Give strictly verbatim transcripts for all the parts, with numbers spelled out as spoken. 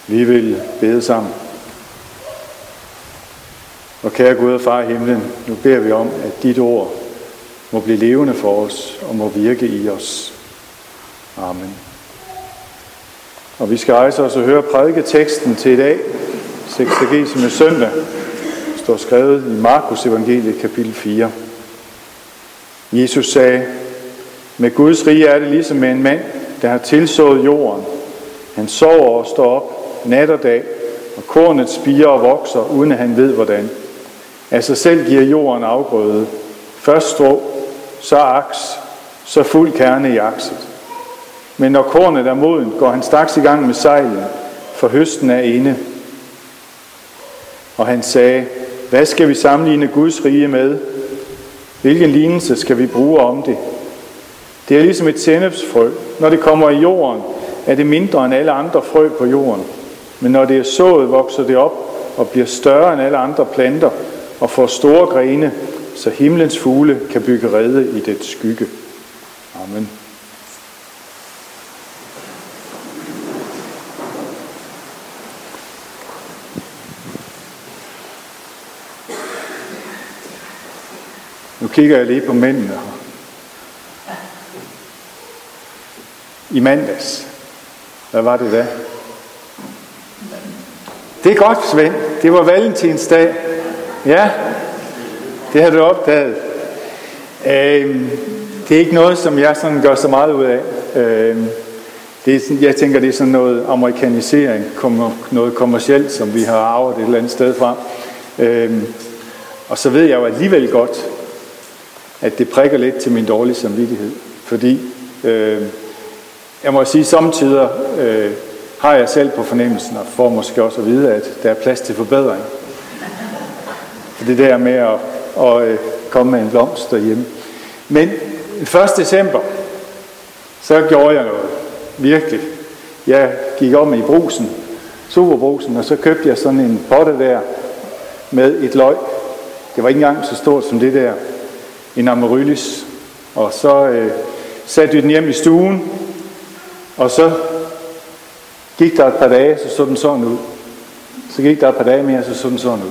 Vi vil bede sammen. Og kære Gud og Far i himlen, nu beder vi om, at dit ord må blive levende for os og må virke i os. Amen. Og vi skal rejse os og høre prædiketeksten til i dag, seksagesime søndag, står skrevet i Markus evangeliet kapitel fire. Jesus sagde, med Guds rige er det ligesom med en mand, der har tilsået jorden. Han sover og står op nat og dag, og kornet spirer og vokser, uden at han ved hvordan. Af sig selv giver jorden afgrøde. Først strå, så aks, så fuld kerne i akset. Men når kornet er moden, går han straks i gang med sejlen, for høsten er inde. Og han sagde, hvad skal vi sammenligne Guds rige med? Hvilken lignelse skal vi bruge om det? Det er ligesom et sennepsfrø. Når det kommer i jorden, er det mindre end alle andre frø på jorden. Men når det er sået, vokser det op og bliver større end alle andre planter og får store grene, så himlens fugle kan bygge rede i dets skygge. Amen. Nu kigger jeg lige på mændene her. I mandags. Hvad var det da? Det er godt, Svend. Det var valentinsdag. Ja, det har du opdaget. Øhm, det er ikke noget, som jeg sådan gør så meget ud af. Øhm, det er sådan, jeg tænker, det er sådan noget amerikanisering, noget kommercielt, som vi har arvet et eller andet sted fra. Øhm, og så ved jeg jo alligevel godt, at det prikker lidt til min dårlige samvittighed. Fordi, øh, jeg må sige, samtidig øh, har jeg selv på fornemmelsen, og får måske også at vide, at der er plads til forbedring. For det der med at, at, at komme med en blomst derhjemme. Men første december, så gjorde jeg noget. Virkelig. Jeg gik om i Brugsen, Superbrugsen, og så købte jeg sådan en potte der med et løg. Det var ikke engang så stort som det der. En amaryllis. Og så øh, satte vi den hjem i stuen, og så gik der et par dage, så så den sådan ud. Så gik der et par dage mere, så så den sådan ud.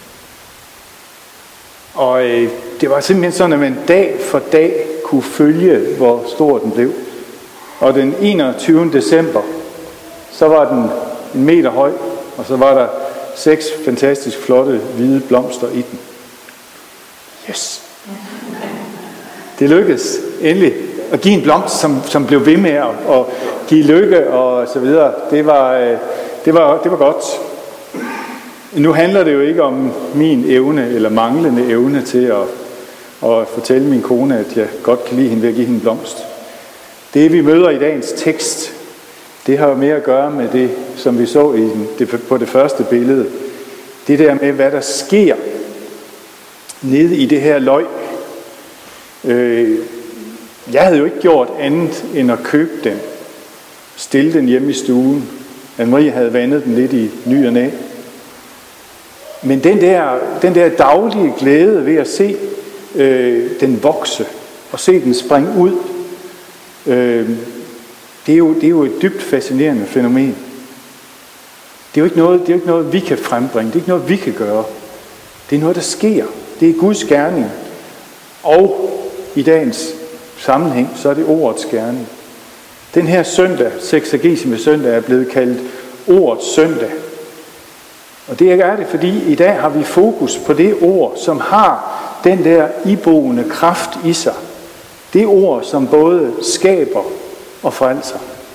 Og øh, det var simpelthen sådan, at man dag for dag kunne følge, hvor stor den blev. Og den enogtyvende december, så var den en meter høj, og så var der seks fantastisk flotte hvide blomster i den. Yes! Det lykkedes endelig at give en blomst, som, som blev ved med at, at give lykke og så videre. Det var, det var, det var godt. Nu handler det jo ikke om min evne eller manglende evne til at, at fortælle min kone, at jeg godt kan lide hende ved at give hende en blomst. Det vi møder i dagens tekst, det har jo mere at gøre med det, som vi så i det, på det første billede. Det der med, hvad der sker nede i det her løg. Øh, jeg havde jo ikke gjort andet end at købe den, stille den hjemme i stuen. Anne-Marie havde vandet den lidt i ny og næ. Men den der, den der daglige glæde ved at se øh, den vokse og se den springe ud, øh, det, er jo, det er jo et dybt fascinerende fænomen. Det er jo ikke noget, det er jo ikke noget, vi kan frembringe. Det er ikke noget, vi kan gøre. Det er noget, der sker. Det er Guds gerning. Og i dagens sammenhæng, så er det ordets gerning. Den her søndag, seksagesime søndag, er blevet kaldt ordets søndag. Og det er det, fordi i dag har vi fokus på det ord, som har den der iboende kraft i sig. Det ord, som både skaber og frelser.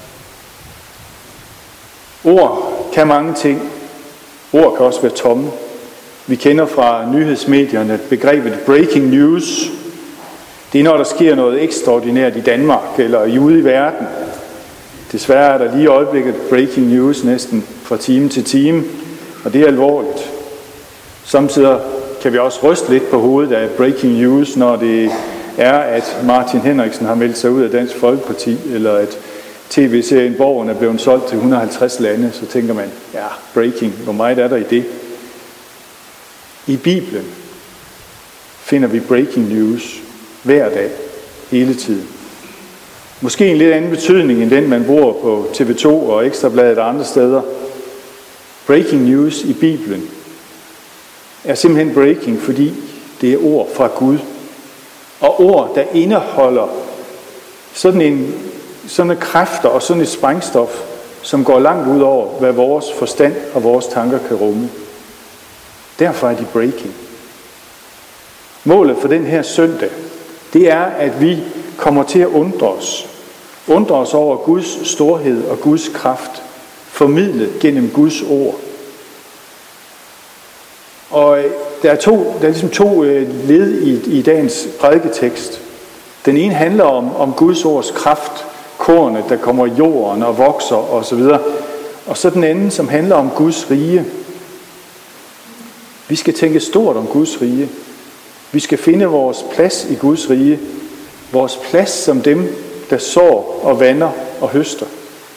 Ord kan mange ting. Ord kan også være tomme. Vi kender fra nyhedsmedierne begrebet breaking news. Det er, når der sker noget ekstraordinært i Danmark eller ude i verden. Desværre er der lige i øjeblikket breaking news næsten fra time til time, og det er alvorligt. Samtidig kan vi også ryste lidt på hovedet af breaking news, når det er, at Martin Henriksen har meldt sig ud af Dansk Folkeparti, eller at tv-serien Borgen er blevet solgt til et hundrede og halvtreds lande, så tænker man, ja, breaking, hvor meget er der i det? I Bibelen finder vi breaking news hver dag, hele tiden. Måske en lidt anden betydning end den, man bruger på T V to og Ekstrabladet og andre steder. breaking news i Bibelen er simpelthen breaking, fordi det er ord fra Gud. Og ord, der indeholder sådan en sådan en kræfter og sådan et sprængstof, som går langt ud over, hvad vores forstand og vores tanker kan rumme. Derfor er de breaking. Målet for den her søndag, det er, at vi kommer til at undre os. Undre os over Guds storhed og Guds kraft, formidlet gennem Guds ord. Og der er, to, der er ligesom to led i, i dagens prædiketekst. Den ene handler om, om Guds ords kraft, kornet, der kommer i jorden og vokser osv. Og så den anden, som handler om Guds rige. Vi skal tænke stort om Guds rige. Vi skal finde vores plads i Guds rige. Vores plads som dem, der sår og vander og høster.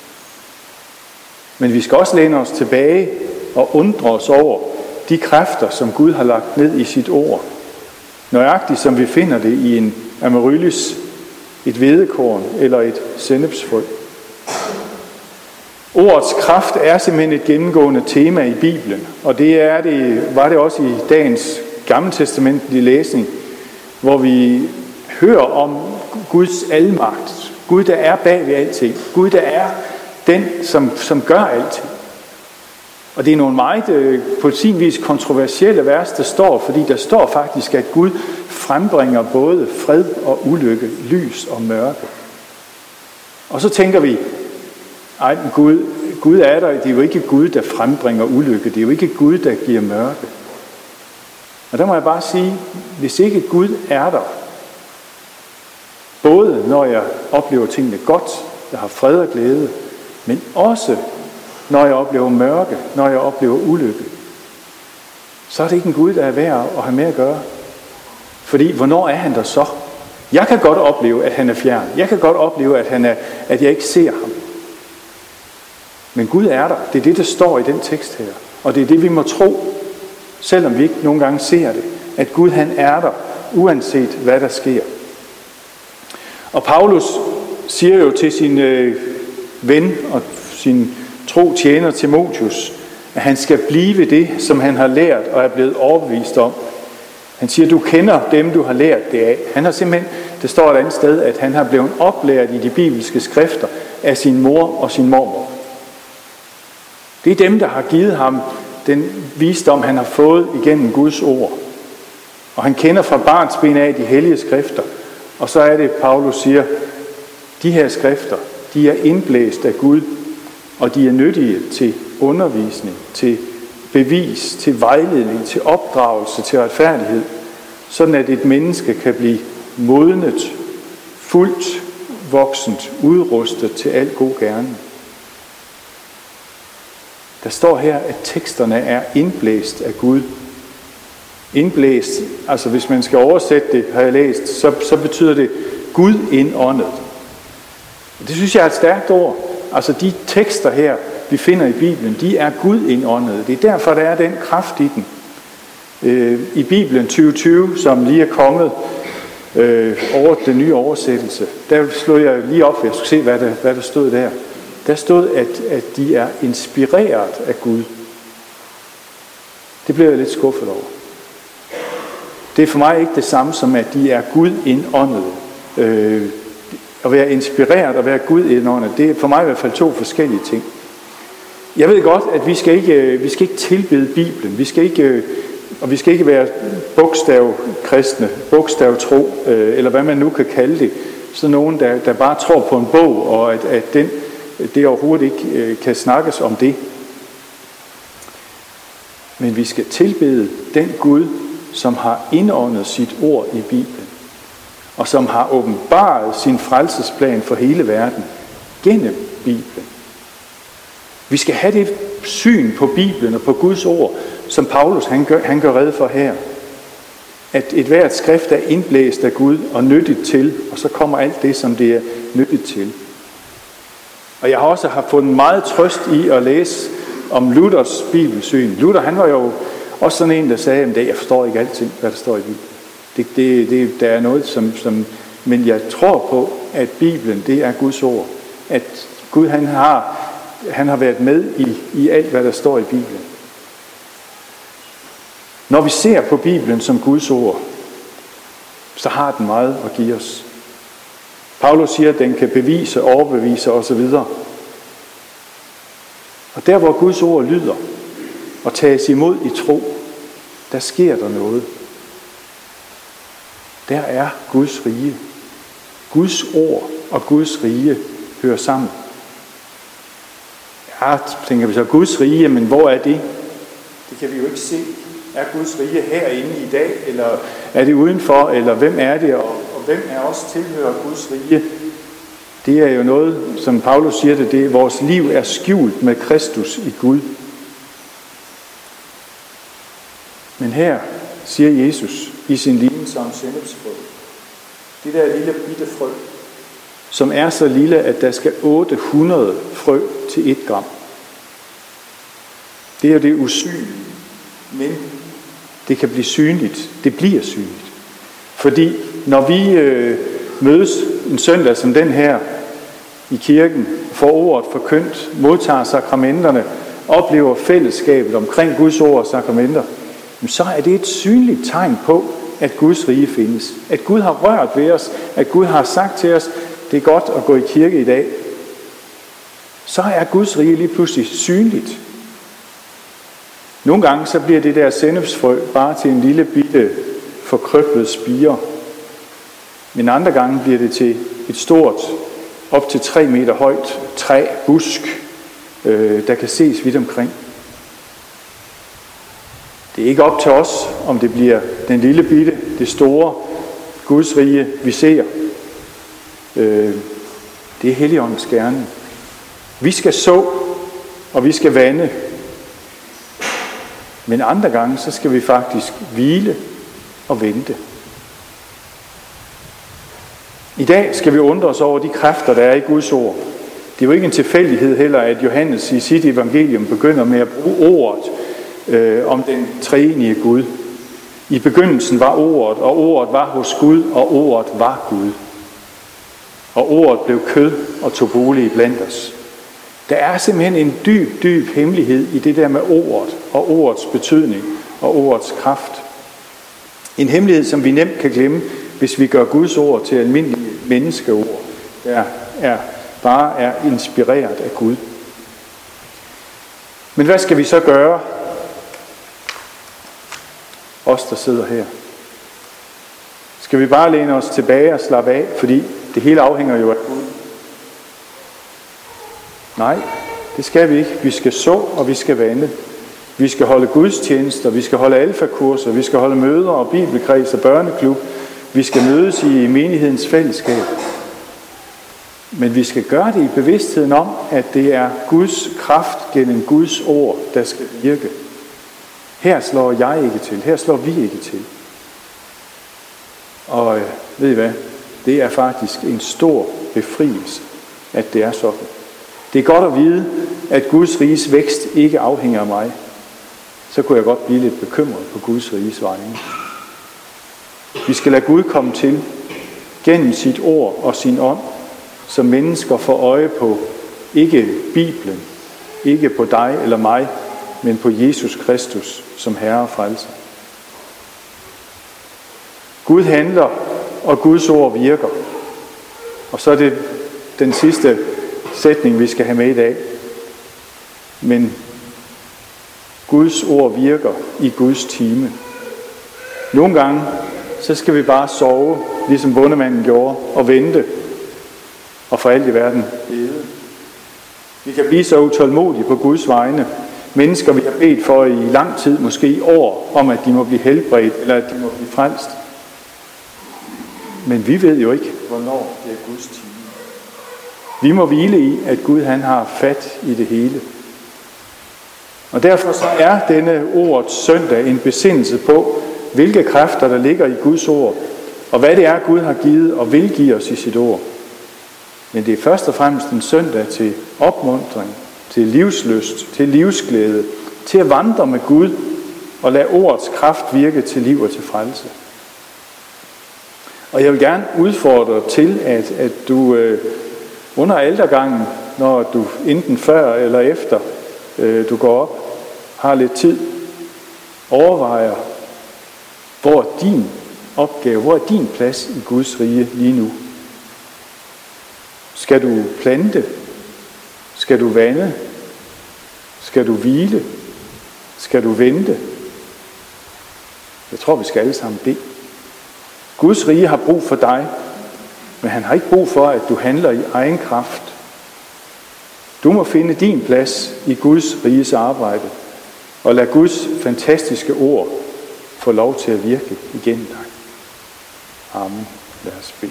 Men vi skal også læne os tilbage og undre os over de kræfter, som Gud har lagt ned i sit ord. Nøjagtigt som vi finder det i en amaryllis, et hvedekorn eller et sennepsfrø. Ordets kraft er simpelthen et gennemgående tema i Bibelen, og det, er det var det også i dagens gammeltestamentlige læsning, hvor vi hører om Guds almagt. Gud, der er bag ved alting. Gud, der er den, som, som gør alting. Og det er nogle meget på sin vis kontroversielle vers, der står, fordi der står faktisk, at Gud frembringer både fred og ulykke, lys og mørke. Og så tænker vi, ej, Gud, Gud er der, det er jo ikke Gud, der frembringer ulykke, det er jo ikke Gud, der giver mørke. Og der må jeg bare sige, hvis ikke Gud er der, både når jeg oplever tingene godt, jeg har fred og glæde, men også når jeg oplever mørke, når jeg oplever ulykke, så er det ikke en Gud, der er værd at have med at gøre. Fordi, hvornår er han der så? Jeg kan godt opleve, at han er fjern. Jeg kan godt opleve, at, han er, at jeg ikke ser ham. Men Gud er der. Det er det, der står i den tekst her. Og det er det, vi må tro, selvom vi ikke nogle gange ser det. At Gud, han er der, uanset hvad der sker. Og Paulus siger jo til sin øh, ven og sin tro tjener Timotheus, at han skal blive det, som han har lært og er blevet overbevist om. Han siger, du kender dem, du har lært det af. Han har simpelthen, det står et andet sted, at han har blevet oplært i de bibelske skrifter af sin mor og sin mormor. Det er dem, der har givet ham den visdom, han har fået igennem Guds ord. Og han kender fra barnsben af de hellige skrifter. Og så er det, Paulus siger, de her skrifter, de er indblæst af Gud, og de er nyttige til undervisning, til bevis, til vejledning, til opdragelse, til retfærdighed, sådan at et menneske kan blive modnet, fuldt, voksent, udrustet til al god gerning. Der står her, at teksterne er indblæst af Gud. Indblæst, altså hvis man skal oversætte det, har jeg læst, så, så betyder det Gud indåndet. Det synes jeg er et stærkt ord. Altså de tekster her, vi finder i Bibelen, de er Gud indåndede. Det er derfor, der er den kraft i den. Øh, I Bibelen tyve tyve, som lige er kommet øh, over den nye oversættelse, der slog jeg lige op, jeg skulle se, hvad der, hvad der stod der. Der stod, at, at de er inspireret af Gud. Det blev jeg lidt skuffet over. Det er for mig ikke det samme som, at de er Gud indåndede. Øh, at være inspireret og være Gud indåndet, det er for mig i hvert fald to forskellige ting. Jeg ved godt, at vi skal ikke, vi skal ikke tilbede Bibelen. Vi skal ikke, og vi skal ikke være bogstavkristne, bogstavtro, eller hvad man nu kan kalde det. Sådan nogen, der, der bare tror på en bog, og at, at den, det overhovedet ikke kan snakkes om det. Men vi skal tilbede den Gud, som har indåndet sit ord i Bibelen, og som har åbenbaret sin frelsesplan for hele verden gennem Bibelen. Vi skal have det syn på Bibelen og på Guds ord, som Paulus han gør, han gør rede for her. At et hvert skrift er indblæst af Gud og nyttigt til, og så kommer alt det, som det er nyttigt til. Og jeg har også har fundet meget trøst i at læse om Luthers bibelsyn. Luther, han var jo også sådan en, der sagde, at jeg forstår ikke altid, hvad der står i Bibelen. Det, det, det, der er noget, som, som... Men jeg tror på, at Bibelen, det er Guds ord. At Gud, han har han har været med i, i alt, hvad der står i Bibelen. Når vi ser på Bibelen som Guds ord, så har den meget at give os. Paulus siger, at den kan bevise, overbevise osv. Og der, hvor Guds ord lyder og tages imod i tro, der sker der noget. Der er Guds rige. Guds ord og Guds rige hører sammen. Ja, tænker vi så, Guds rige, men hvor er det? Det kan vi jo ikke se. Er Guds rige herinde i dag, eller er det udenfor, eller hvem er det, og, og hvem er også tilhører Guds rige? Det er jo noget, som Paulus siger det, det er, vores liv er skjult med Kristus i Gud. Men her siger Jesus i sin lignelse om sennepsfrø, det der lille bitte frø, som er så lille, at der skal otte hundrede frø til et gram. Det er det usynlige, men det kan blive synligt. Det bliver synligt. Fordi når vi øh, mødes en søndag som den her i kirken, får ordet forkyndt, modtager sakramenterne, oplever fællesskabet omkring Guds ord og sakramenter, så er det et synligt tegn på, at Guds rige findes. At Gud har rørt ved os, at Gud har sagt til os, det er godt at gå i kirke i dag. Så er Guds rige lige pludselig synligt. Nogle gange så bliver det der sennepsfrø bare til en lille bitte forkrøblet spire. Men andre gange bliver det til et stort, op til tre meter højt træ, busk, øh, der kan ses vidt omkring. Det er ikke op til os, om det bliver den lille bitte, det store Guds rige, vi ser. Øh, det er Helligåndens gerning. Vi skal så, og vi skal vande. Men andre gange, så skal vi faktisk hvile og vente. I dag skal vi undre os over de kræfter, der er i Guds ord. Det er jo ikke en tilfældighed heller, at Johannes i sit evangelium begynder med at bruge ordet øh, om den treenige Gud. I begyndelsen var ordet, og ordet var hos Gud, og ordet var Gud. Og ordet blev kød og tog bolig blandt os. Der er simpelthen en dyb, dyb hemmelighed i det der med ordet, og ordets betydning, og ordets kraft. En hemmelighed, som vi nemt kan glemme, hvis vi gør Guds ord til almindelige menneskeord, der er, bare er inspireret af Gud. Men hvad skal vi så gøre, os der sidder her? Skal vi bare læne os tilbage og slappe af, fordi det hele afhænger jo af Gud? Nej, det skal vi ikke. Vi skal så, og vi skal vande. Vi skal holde gudstjenester, vi skal holde alfakurser, vi skal holde møder og bibelkreds og børneklub. Vi skal mødes i menighedens fællesskab. Men vi skal gøre det i bevidstheden om, at det er Guds kraft gennem Guds ord, der skal virke. Her slår jeg ikke til, her slår vi ikke til. Og ved I hvad? Det er faktisk en stor befrielse, at det er sådan. Det er godt at vide, at Guds riges vækst ikke afhænger af mig. Så kunne jeg godt blive lidt bekymret på Guds riges vegne. Vi skal lade Gud komme til gennem sit ord og sin ånd, så mennesker får øje på ikke Bibelen, ikke på dig eller mig, men på Jesus Kristus som Herre og Frelser. Gud handler, og Guds ord virker. Og så er det den sidste sætning, vi skal have med i dag. Men Guds ord virker i Guds time. Nogle gange, så skal vi bare sove, ligesom bondemanden gjorde, og vente, og for alt i verden lede. Vi kan blive så utålmodige på Guds vegne. Mennesker, vi har bedt for i lang tid, måske i år, om at de må blive helbredt, eller at de må blive frelst. Men vi ved jo ikke, hvornår det er Guds time. Vi må hvile i, at Gud han har fat i det hele. Og derfor så er denne ordets søndag en besindelse på, hvilke kræfter der ligger i Guds ord, og hvad det er, Gud har givet og vil give os i sit ord. Men det er først og fremmest en søndag til opmuntring, til livslyst, til livsglæde, til at vandre med Gud og lade ordets kraft virke til liv og til frelse. Og jeg vil gerne udfordre til, at, at du øh, under altergangen når du enten før eller efter øh, du går op, har lidt tid, overvejer, hvor er din opgave, hvor er din plads i Guds rige lige nu. Skal du plante? Skal du vande? Skal du hvile? Skal du vente? Jeg tror, vi skal alle sammen det. Guds rige har brug for dig, men han har ikke brug for, at du handler i egen kraft. Du må finde din plads i Guds riges arbejde, og lad Guds fantastiske ord få lov til at virke igennem dig. Amen. Lad os bede.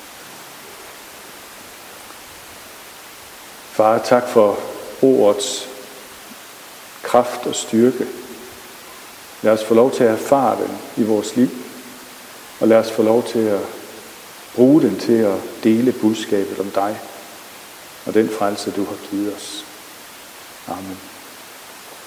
Far, tak for ordets kraft og styrke. Lad os få lov til at erfare den i vores liv, og lad os få lov til at bruge den til at dele budskabet om dig og den frelse, du har givet os. Amen.